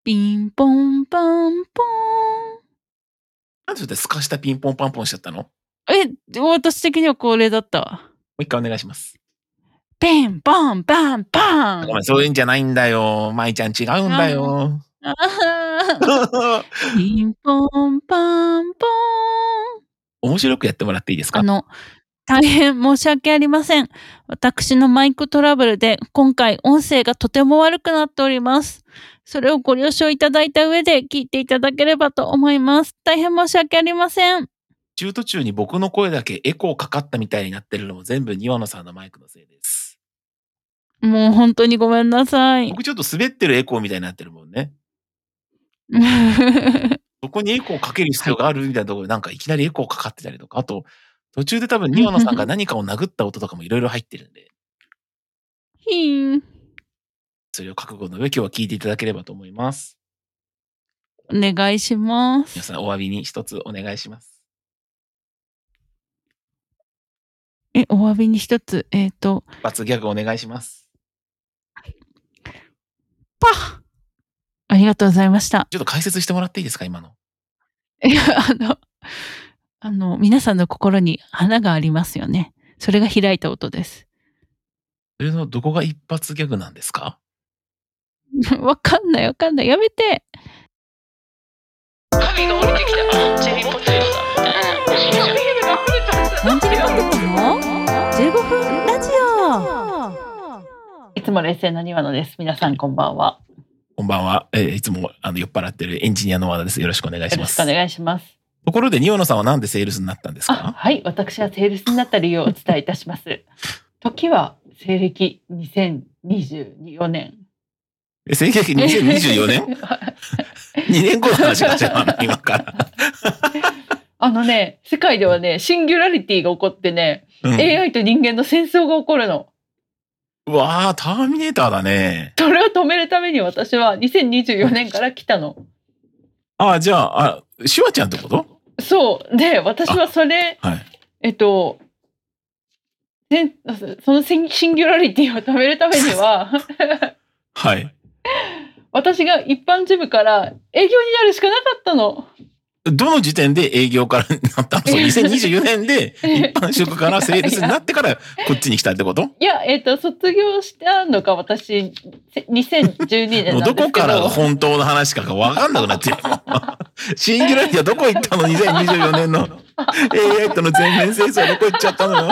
ピンポンパンポなんでそれですかしたピンポンパンポンしちゃったの？も私的にはこれだったわ。 う一回お願いします。 ピンポンパンパン。 ごめん、そういうんじゃないんだよ。舞ちゃん違うんだよ。 ピンポンパンポン。 面白くやってもらっていいですか？ 大変申し訳ありません。私のマイクトラブルで今回音声がとても悪くなっております。それをご了承いただいた上で聞いていただければと思います。大変申し訳ありません。 中途中に僕の声だけエコーかかったみたいになってるのも全部庭野さんのマイクのせいです。 もう本当にごめんなさい。 僕ちょっと滑ってるエコーみたいになってるもんね。そこにエコーかける必要があるみたいなところでなんかいきなりエコーかかってたりとか、あと途中で多分庭野さんが何かを殴った音とかもいろいろ入ってるんで。それを覚悟の上今日は聞いていただければと思います。 お願いします。 皆さんお詫びに一つお願いします。 お詫びに一つ、 一発ギャグお願いします。 パッ！ありがとうございました。 ちょっと解説してもらっていいですか、今の。 いや、皆さんの心に花がありますよね。それが開いた音です。 それのどこが一発ギャグなんですか？ わかんない。やめて。 神が降りてきた。あ、ジェリーポテトだ。 モンジェリポテトの15分ラジオ。いつも冷静な庭野です。皆さんこんばんは。 こんばんは。いつも酔っ払ってるエンジニアの和田です。よろしくお願いします。 よろしくお願いします。 ところで庭野さんはなんでセールスになったんですか？ はい、私はセールスになった理由をお伝えいたします。時は西暦2024年。 西暦2024年2年後の話が違うの今から。 世界ではね、シンギュラリティが起こってね、AI と人間の戦争が起こるの。 うわー、ターミネーターだね。 それを止めるために私は2024年から来たの。 じゃあ、シュワちゃんってこと？ そう。で、私はそれ、 はい、 そのシンギュラリティを止めるためには、 はい。 私が一般事務から営業になるしかなかったの。 どの時点で営業からなったの？そう、2024年で一般職からセールスになってからこっちに来たってこと？ いや、卒業したのが私、2012年なんですけど。 どこからが本当の話か分かんなくなってるの。シンギュラリティはどこ行ったの？ 2024 年の AI との全面戦争はどこ行っちゃったのよ。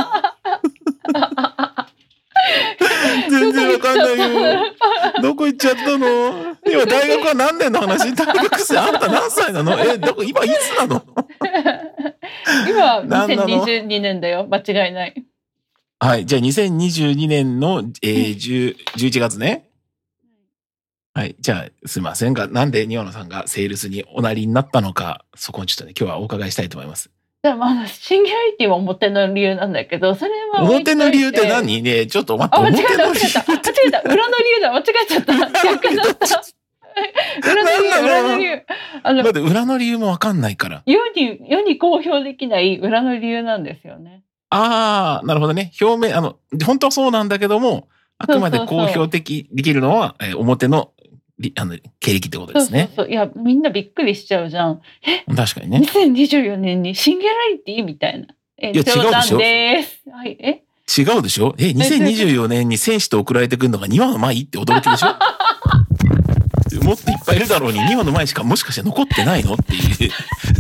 全然わかんないよ。どこ行っちゃったの？今大学は何年の話？大学生あんた何歳なの？今いつなの？ 今2022年だよ。間違いない。 はい。じゃあ2022年の、11月ね。はい。じゃあすいませんが、なんで庭野さんがセールスにおなりになったのか、そこをちょっとね、今日はお伺いしたいと思います。 シンギュラリティは表の理由なんだけど、それは表の理由って何ね？ちょっと待って。 間違えた。裏の理由だ。間違えちゃった。逆だった。裏の理由。 だって裏の理由もわかんないから。 世に公表できない裏の理由なんですよね。 なるほどね。表面、本当はそうなんだけども、あくまで公表できるのは、表の経歴ってことですね。 そう。いや、みんなびっくりしちゃうじゃん。 確かにね。 2024年にシンギュラリティみたいな。 いや、違うでしょ。 はい、 違うでしょ。2024年に戦士と送られてくるのが庭野舞って驚きでしょ。もっといっぱいいるだろうに庭野舞しかもしかして残ってないのっていう。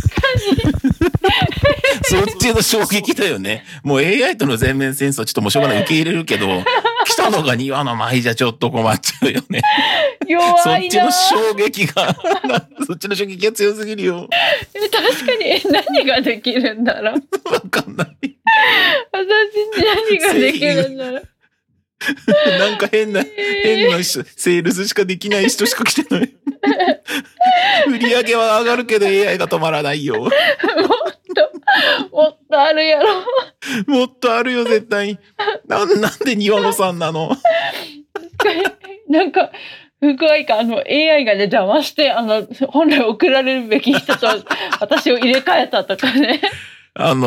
そっちの衝撃だよね。もう AI との全面戦争ちょっともうしょうがない受け入れるけど、来たのが庭野舞じゃちょっと困っちゃうよね。 弱いな。 そっちの衝撃が強すぎるよ。 確かに、何ができるんだろう。 わかんない。 私何ができるんだろう。 なんか変な人、セールスしかできない人しか来てない。売り上げは上がるけど AI が止まらないよ。もっとあるやろ。 もっとあるよ、絶対。なんで庭野さんなの？ なんか、不具合か、AI がね、邪魔して、本来送られるべき人と私を入れ替えたとかね。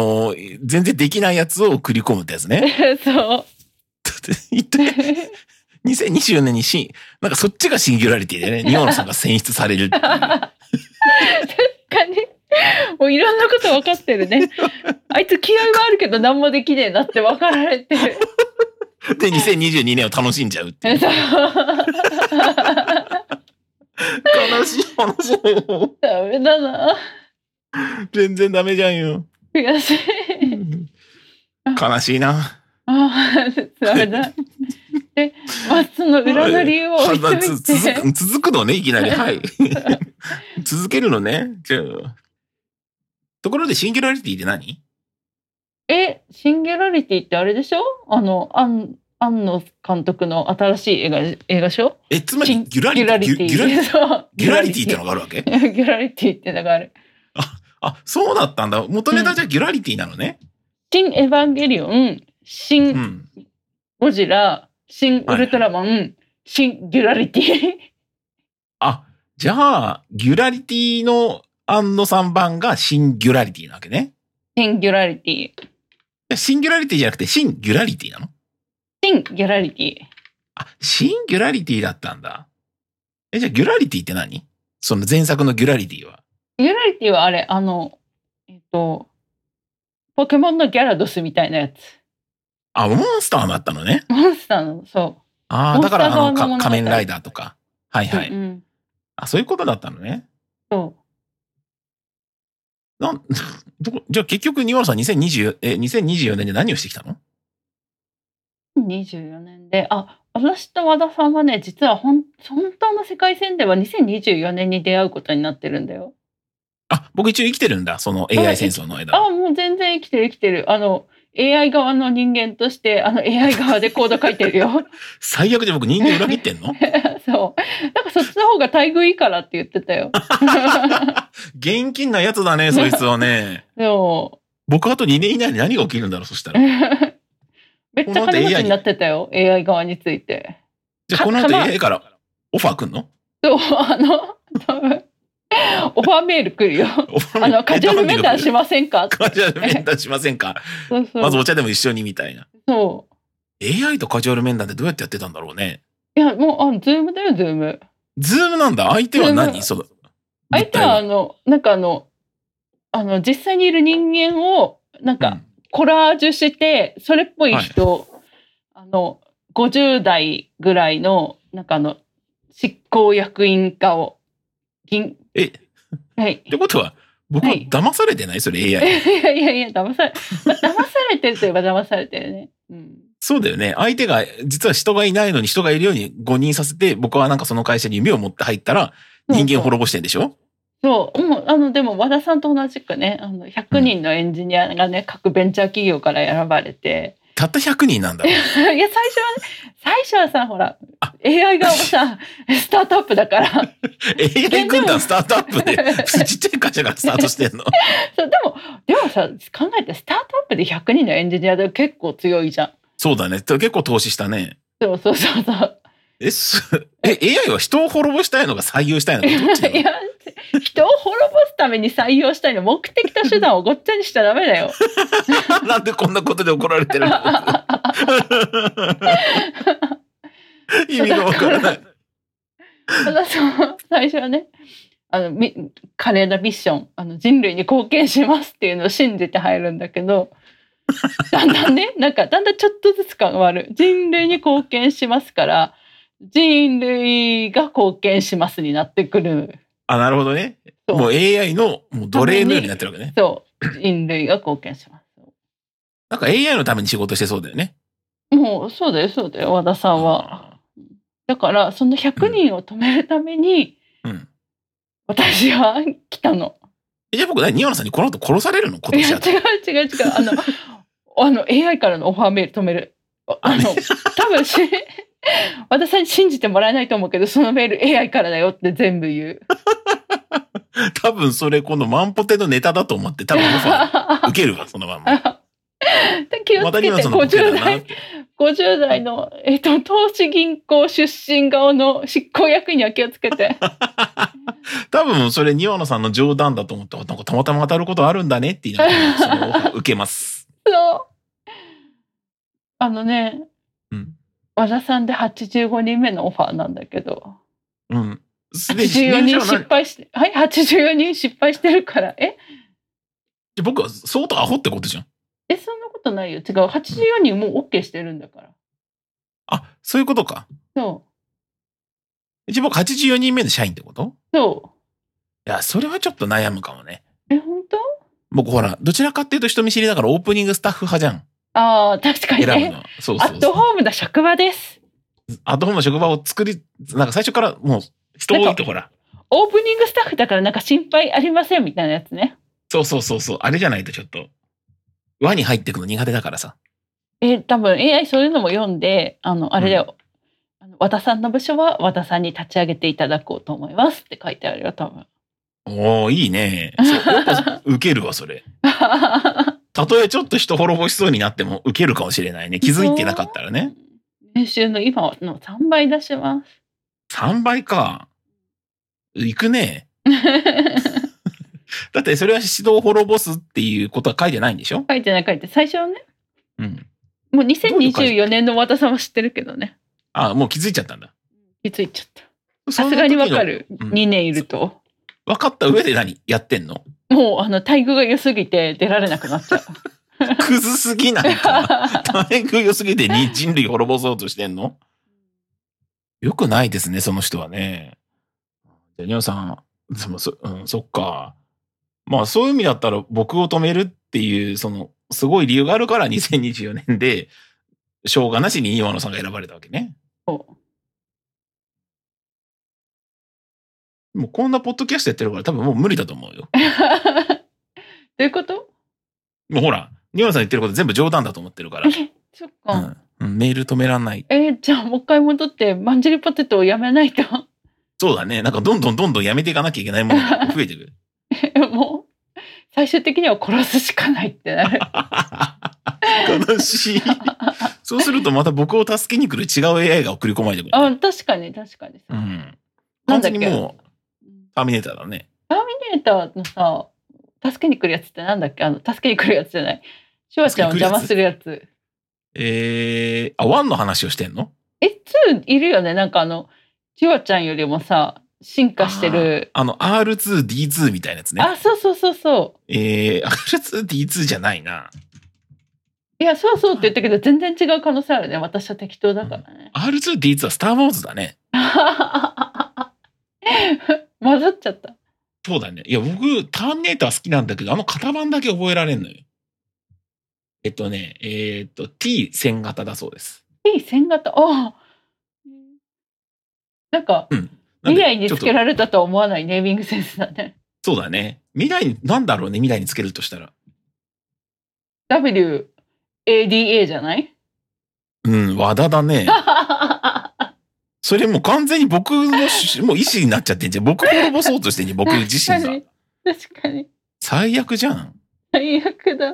全然できないやつを送り込むってやつね。 そう。 一体 2024年になんかそっちがシンギュラリティでね、庭野さんが選出されるっていう。 確かに。もういろんなこと分かってるね。あいつ気合はあるけど何もできねえなって分かられてる。 で、2022年を楽しんじゃうっていう。悲しい話だよ。 ダメだな。 全然ダメじゃんよ。 悔しい。 悲しいな。 ああ、ダメだ。で、まあ、その裏の理由を置いといて。 続くのね、いきなり。はい。続けるのね。じゃあ。ところで、シンギュラリティって何？ シンギュラリティってあれでしょ？庵野監督の新しい映画賞？ つまりギュラリティってのがあるわけ？ ギュラリティってのがある。 あ、そうだったんだ。元ネタじゃギュラリティなのね。 新エヴァンゲリオン、新ゴジラ、新ウルトラマン、新ギュラリティ。あ、 じゃあ、ギュラリティの庵野さん版が新ギュラリティなわけね。 新ギュラリティ。 新ギュラリティじゃなくて新ギュラリティなの？ 新ギュラリティ。 あ、新ギュラリティだったんだ。じゃあギュラリティって何？その前作のギュラリティは。 ギュラリティはあれ、ポケモンのギャラドスみたいなやつ。 あ、モンスターだったのね。 モンスターの、そう。 ああ、だから仮面ライダーとか。はいはい。 うんあ、そういうことだったのね。 そう。 じゃあ結局、庭野さん2024年で何をしてきたの ？24年で、私と和田さんはね、実は本当の世界線では2024年に出会うことになってるんだよ。 僕一応生きてるんだ、その AI 戦争の間。 もう全然生きてる。AI 側の人間として、AI 側でコード書いてるよ。 最悪で僕人間裏切ってんの？ そう。なんかそっちの方が待遇いいからって言ってたよ。 現金なやつだね、そいつはね。 そう。 僕あと2年以内に何が起きるんだろう、そしたら。 めっちゃ金持ちになってたよ、AI 側について。 じゃあこの後 AI からオファー来んの？ そう、多分。オファーメール来るよ。カジュアル面談しませんか？ カジュアル面談しませんか？ そうそう。 まずお茶でも一緒にみたいな。 そう。 AI とカジュアル面談ってどうやってやってたんだろうね。 いや、もう、ズームだよ、ズーム。 ズームなんだ。相手は何？ 相手は、なんか実際にいる人間を、なんか、コラージュして、それっぽい人、50代ぐらいの、なんか執行役員化を、はい。 ってことは、僕は騙されてない？それ AI。 いや、騙されてるといえば騙されてるね。うん。 そうだよね。相手が、実は人がいないのに人がいるように誤認させて、僕はなんかその会社に夢を持って入ったら、人間滅ぼしてんでしょ？そう。 もう、でも和田さんと同じくね、100人のエンジニアがね、各ベンチャー企業から選ばれて。 たった100人なんだ。 いや、最初はさ、ほら、AI 側もさ、スタートアップだから。 AI 軍団スタートアップで、ちっちゃい会社がスタートしてんの。 そう、でもさ、考えてスタートアップで100人のエンジニアで結構強いじゃん。 そうだね。結構投資したね。 そう。 AI は人を滅ぼしたいのか採用したいのかどっちなの？ いや、人を滅ぼすために採用したいの、目的と手段をごっちゃにしちゃダメだよ。 なんでこんなことで怒られてるの？意味がわからない。 最初はね、華麗なミッション、人類に貢献しますっていうのを信じて入るんだけど、だんだんちょっとずつ変わる。人類に貢献しますから、人類が貢献しますになってくる。 なるほどね。もう AI のもう奴隷のようになってるわけね。 そう。人類が貢献します。 なんか AI のために仕事してそうだよね。 もう、そうだよ、和田さんは。だから、その100人を止めるために、私は来たの。 じゃあ僕、庭野さんにこの後殺されるの？今年は。 違う。AI からのオファーメール止める。多分和田さんに信じてもらえないと思うけど、そのメール AI からだよって全部言う。 多分それこのマンポテのネタだと思って多分オファー受けるわ、そのまま。 気をつけて、50代の、投資銀行出身側の執行役員には気をつけて。 多分それ庭野さんの冗談だと思って、なんかたまたま当たることあるんだねって言いながら、そのオファー受けます。 そう。 和田さんで85人目のオファーなんだけど。 うん。 84人失敗して、はい、84人失敗してるから。 僕は相当アホってことじゃん。 そんなことないよ。違う。84人もう OK してるんだから。 あ、そういうことか。 そう。 僕84人目の社員ってこと？ そう。 いや、それはちょっと悩むかもね。 本当？ 僕ほら、どちらかっていうと人見知りだからオープニングスタッフ派じゃん。 ああ、確かにね。 選ぶの。そう。 アットホームな職場です。 アットホームの職場を作り、なんか最初からもう人多いとほら。 オープニングスタッフだからなんか心配ありませんみたいなやつね。 そう。あれじゃないとちょっと、輪に入っていくの苦手だからさ。 多分 AI そういうのも読んで、あれだよ。和田さんの部署は和田さんに立ち上げていただこうと思いますって書いてあるよ、多分。 おー、いいね。やっぱ受けるわ、それ。たとえちょっと人滅ぼしそうになっても受けるかもしれないね。気づいてなかったらね。 年収の今の3倍出します。 3倍か。行くね。だってそれは指導を滅ぼすっていうことは書いてないんでしょ？ 書いてない。最初はね。 うん。 もう2024年の和田さんは知ってるけどね。 あ、もう気づいちゃったんだ。 気づいちゃった。さすがにわかる。2年いると。 分かった上で何やってんの？ もう待遇が良すぎて出られなくなっちゃう。 クズすぎないか。待遇良すぎて人類滅ぼそうとしてんの？よくないですね、その人はね。じゃあ、ニョンさん、そっか。まあ、そういう意味だったら僕を止めるっていう、すごい理由があるから2024年で、しょうがなしに岩野さんが選ばれたわけね。 そう。 もうこんなポッドキャストやってるから多分もう無理だと思うよ。 どういうこと？ もうほら、ニワさん言ってること全部冗談だと思ってるから。 そっか。 メール止めらんない。 じゃあもう一回戻ってマンジェリポテトをやめないと。 そうだね。なんかどんどんやめていかなきゃいけないものが増えてくる。 もう、最終的には殺すしかないってなる。 悲しい。そうするとまた僕を助けに来る違う AI が送り込まれてくる。 確かに。 うん。完全にもう、ターミネーターだね。 ターミネーターのさ、助けに来るやつってなんだっけ？助けに来るやつじゃない。シュワちゃんを邪魔するやつ。 1の話をしてんの ？2いるよね。なんかシュワちゃんよりもさ、進化してる。 R2D2 みたいなやつね。 そう。 R2D2 じゃないな。 いや、そうって言ったけど、全然違う可能性あるね。私は適当だからね。 R2D2 はスター・ウォーズだね。 混ざっちゃった。 そうだね。いや、僕、ターミネーター好きなんだけど、型番だけ覚えられんのよ。T1000 型だそうです。 T1000 型？なんか、未来につけられたとは思わないネーミングセンスだね。 そうだね。なんだろうね、未来につけるとしたら。 WADA じゃない？ 和田だね。それもう完全に僕のもう意思になっちゃってんじゃん。僕を滅ぼそうとしてんじゃん、僕自身が。 確かに。 最悪じゃん。 最悪だ。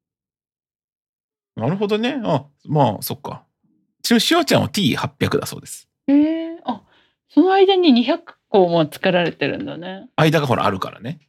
なるほどね。まあ、そっか。ちなみにシュワちゃんは T800 だそうです。 その間に200個も作られてるんだね。 間がほらあるからね。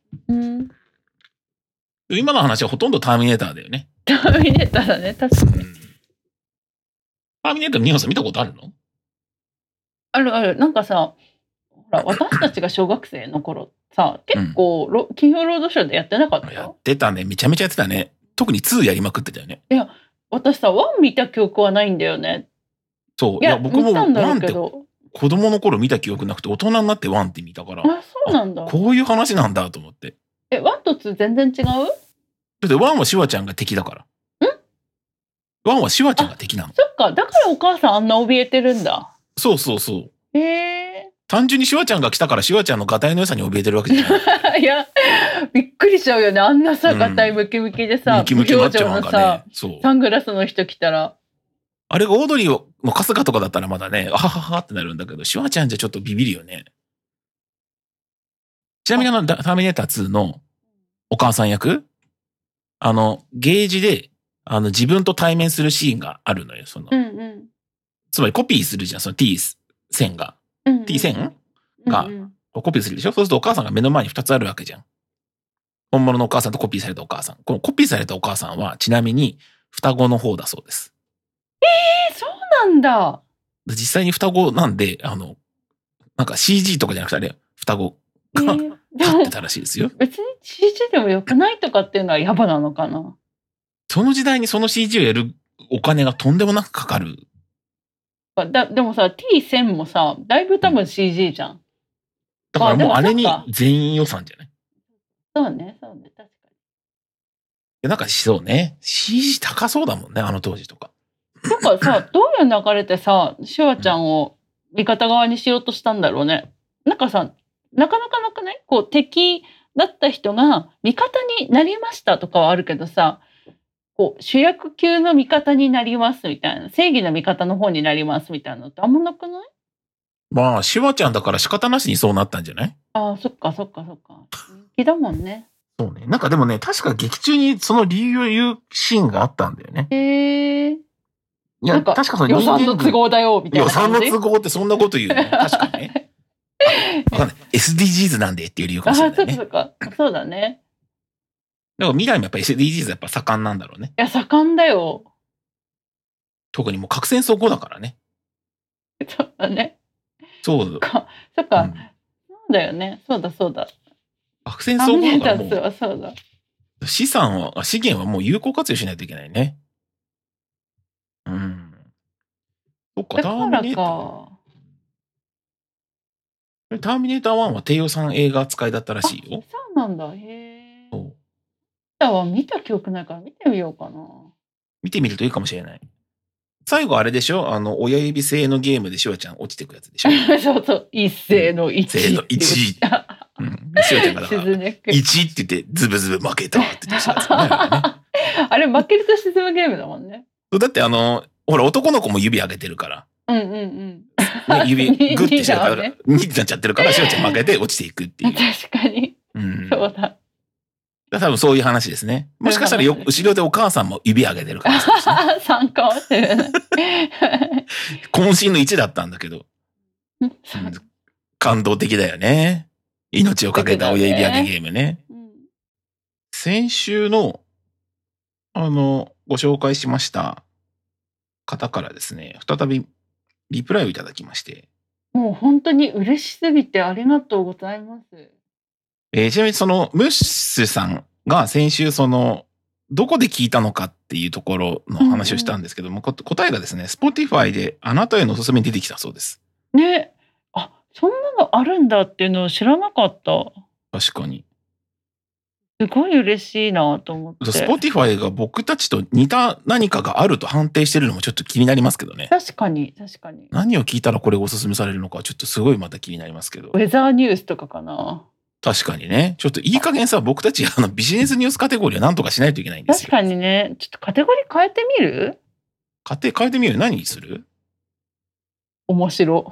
今の話はほとんどターミネーターだよね。 ターミネーターだね、確かに。 ターミネーターの日本さん見たことあるの？ ある。なんかさ、ほら、私たちが小学生の頃さ、結構、金曜ロードショーでやってなかった？ やってたね。めちゃめちゃやってたね。特に2やりまくってたよね。 いや、私さ、1見た記憶はないんだよね。 そう。いや、僕も1って子供の頃見た記憶なくて、大人になって1って見たから。 そうなんだ。 こういう話なんだと思って。 1と2全然違う？ だって1はシュワちゃんが敵だから。1はシュワちゃんが敵なの。 そっか。だからお母さんあんな怯えてるんだ。 そう。単純にシュワちゃんが来たからシュワちゃんのガタイの良さに怯えてるわけじゃない。 いや、びっくりしちゃうよね。あんなさ、ガタイムキムキでさ、 ムキムキマッチョなんかね。 サングラスの人来たら。 あれがオードリーの春日とかだったらまだね、あはははってなるんだけど、シュワちゃんじゃちょっとビビるよね。ちなみにターミネーター2のお母さん役ゲージで、自分と対面するシーンがあるのよ、つまりコピーするじゃん、その T1000 が。T1000 がコピーするでしょ？そうするとお母さんが目の前に2つあるわけじゃん。本物のお母さんとコピーされたお母さん。このコピーされたお母さんは、ちなみに双子の方だそうです。 そうなんだ。 実際に双子なんで、なんか CG とかじゃなくてあれ、双子が立ってたらしいですよ。 別に CG でもよくないとかっていうのは野暮なのかな。 その時代にその CG をやるお金がとんでもなくかかる。 でもさ、T1000 もさ、だいぶ多分 CG じゃん。 だからもうあれにでもそっか全員予算じゃない？いそうね、確かやなんかそうね。CG 高そうだもんね、あの当時とか。 に。だからさ、どういう流れでさ、シュワちゃんを味方側にしようとしたんだろうね。なんかさ、なかなかなくないこう敵だった人が味方になりましたとかはあるけどさ、こう主役級の味方になりますみたいな、正義の味方の方になりますみたいなのってあんまなくない？ まあ、シュワちゃんだから仕方なしにそうなったんじゃない？ ああ、そっか。人気だもんね。 そうね。なんかでもね、確か劇中にその理由を言うシーンがあったんだよね。 へえ。 いや、 なんか確かその予算の都合だよみたい予な感じ。 算の都合ってそんなこと言うの？確かにね。わかんない。SDGs なんでっていう理由かもしれないね。 そっか。そうだね。 だから未来もやっぱ SDGs やっぱ盛んなんだろうね。 いや、盛んだよ。 特にもう核戦争後だからね。 そうだね。 そう。 そっか。 うんそうだよね。そうだ。 核戦ター争ミネーターズ後だからもはそうだ。 う資源はもう有効活用しないといけないね。うん。そっか、 だからターミネータか。 ー。ターミネーター1は低予算映画扱いだったらしいよ。 そうなんだ。へえ。 そう見た記憶ないから見てみようかな。 見てみるといいかもしれない。最後あれでしょ？親指製のゲームでシュワちゃん落ちてくやつでしょ？ そう。一斉の一。 せーの、1。うん。シュワちゃんがだから、1って言ってズブズブ負けたって言ってたやつね。 あれ負けると沈むゲームだもんね。 だってほら男の子も指上げてるから。 ね、 指グッてしてるから、 ね、 2になっちゃってるからシュワちゃん負けて落ちていくっていう。 確かに。 うん。 そうだ。 多分そういう話ですね。もしかしたら後ろでお母さんも指上げてるから、ね。 参加してる。 渾身の1だったんだけど。感動的だよね。命をかけた親指上げゲームね。先週の、ご紹介しました方からですね、再びリプライをいただきまして。 もう本当に嬉しすぎてありがとうございます。 ちなみにムッシュさんが先週どこで聞いたのかっていうところの話をしたんですけども、答えがですね、Spotify であなたへのおすすめに出てきたそうです。 ね。あ、そんなのあるんだっていうのを知らなかった。 確かに。 すごい嬉しいなと思って。 Spotify が僕たちと似た何かがあると判定してるのもちょっと気になりますけどね。 確かに。 何を聞いたらこれがおすすめされるのかちょっとすごいまた気になりますけど。 ウェザーニュースとかかな。 確かにね。ちょっといい加減さ、僕たちビジネスニュースカテゴリーは何とかしないといけないんですよ。 確かにね。ちょっとカテゴリー変えてみる？ 変えてみる？何にする？ 面白。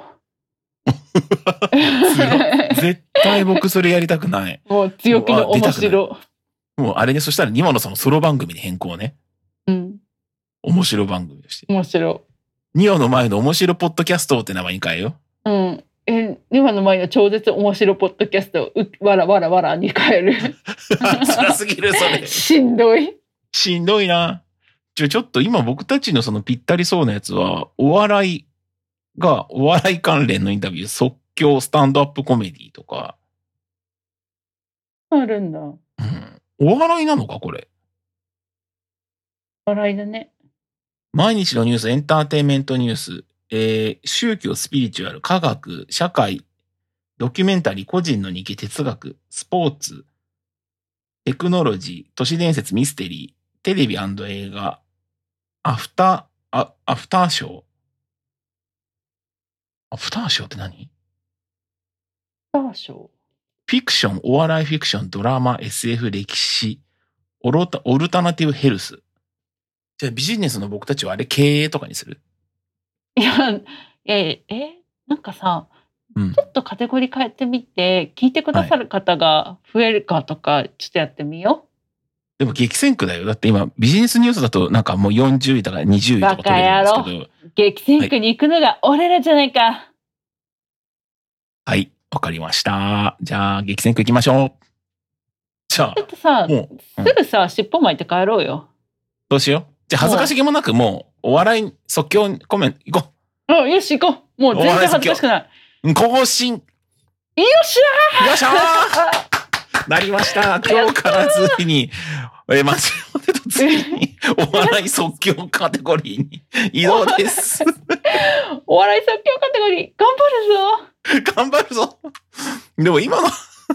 絶対僕それやりたくない。 もう強気の面白。 もうあれね、そしたらニモのソロ番組に変更ね。 うん。 面白番組として。 面白。 ニオの前の面白ポッドキャストって名前に変えよう。うん。今の前の超絶面白ポッドキャストをわらわらわらに変える。 辛すぎる、それ。 しんどい。 しんどいな。ちょっと今僕たちのぴったりそうなやつは、お笑い関連のインタビュー、即興スタンドアップコメディとか。 あるんだ。 うん。お笑いなのか、これ。 笑いだね。 毎日のニュース、エンターテインメントニュース、宗教、スピリチュアル、科学、社会、ドキュメンタリー、個人の日記、哲学、スポーツ、テクノロジー、都市伝説、ミステリー、テレビ&映画、アフターショー。アフターショーって何？ アフターショー。 フィクション、お笑いフィクション、ドラマ、SF、歴史、オルタナティブヘルス。じゃあビジネスの僕たちはあれ経営とかにする？ いや、なんかさ、ちょっとカテゴリー変えてみて、聞いてくださる方が増えるかとか、ちょっとやってみよう。 でも激戦区だよ。だって今、ビジネスニュースだとなんかもう40位とか20位とか取れるんですけど。 激戦区に行くのが俺らじゃないか。 はい、わかりました。じゃあ、激戦区行きましょう。じゃあ、 ちょっとさ、すぐさ、尻尾巻いて帰ろうよ。 どうしよう。じゃあ、恥ずかしげもなくもう、お笑い即興コメント行こう。 あ、よし、行こう。もう全然恥ずかしくない。 更新。 よっしよっしゃーなりました。今日からついに、松本とついに、お笑い即興カテゴリーに移動です。 お笑い即興カテゴリー、頑張るぞ。 頑張るぞ。でも今の、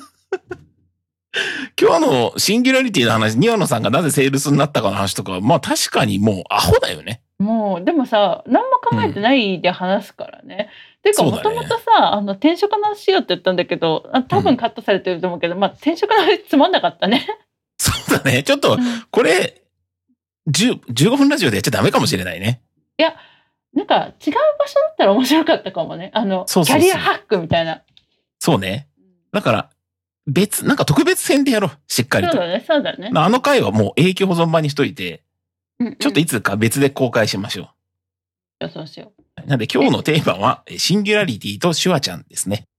今日のシンギュラリティの話、庭野さんがなぜセールスになったかの話とかは、まあ確かにもうアホだよね。 もう、でもさ、何も考えてないで話すからね。ていうか、もともとさ、転職の話しようって言ったんだけど、多分カットされてると思うけど、まあ、転職の話つまんなかったね。 そうだね。ちょっと、これ、15分ラジオでやっちゃダメかもしれないね。 いや、なんか違う場所だったら面白かったかもね。 そうキャリアハックみたいな。 そうね。だから、なんか特別編でやろう。しっかりと。 そうだね、そうだね。 あの回はもう永久保存版にしといて、ちょっといつか別で公開しましょう。 そうしよう。 なんで今日のテーマは、シンギュラリティとシュワちゃんですね。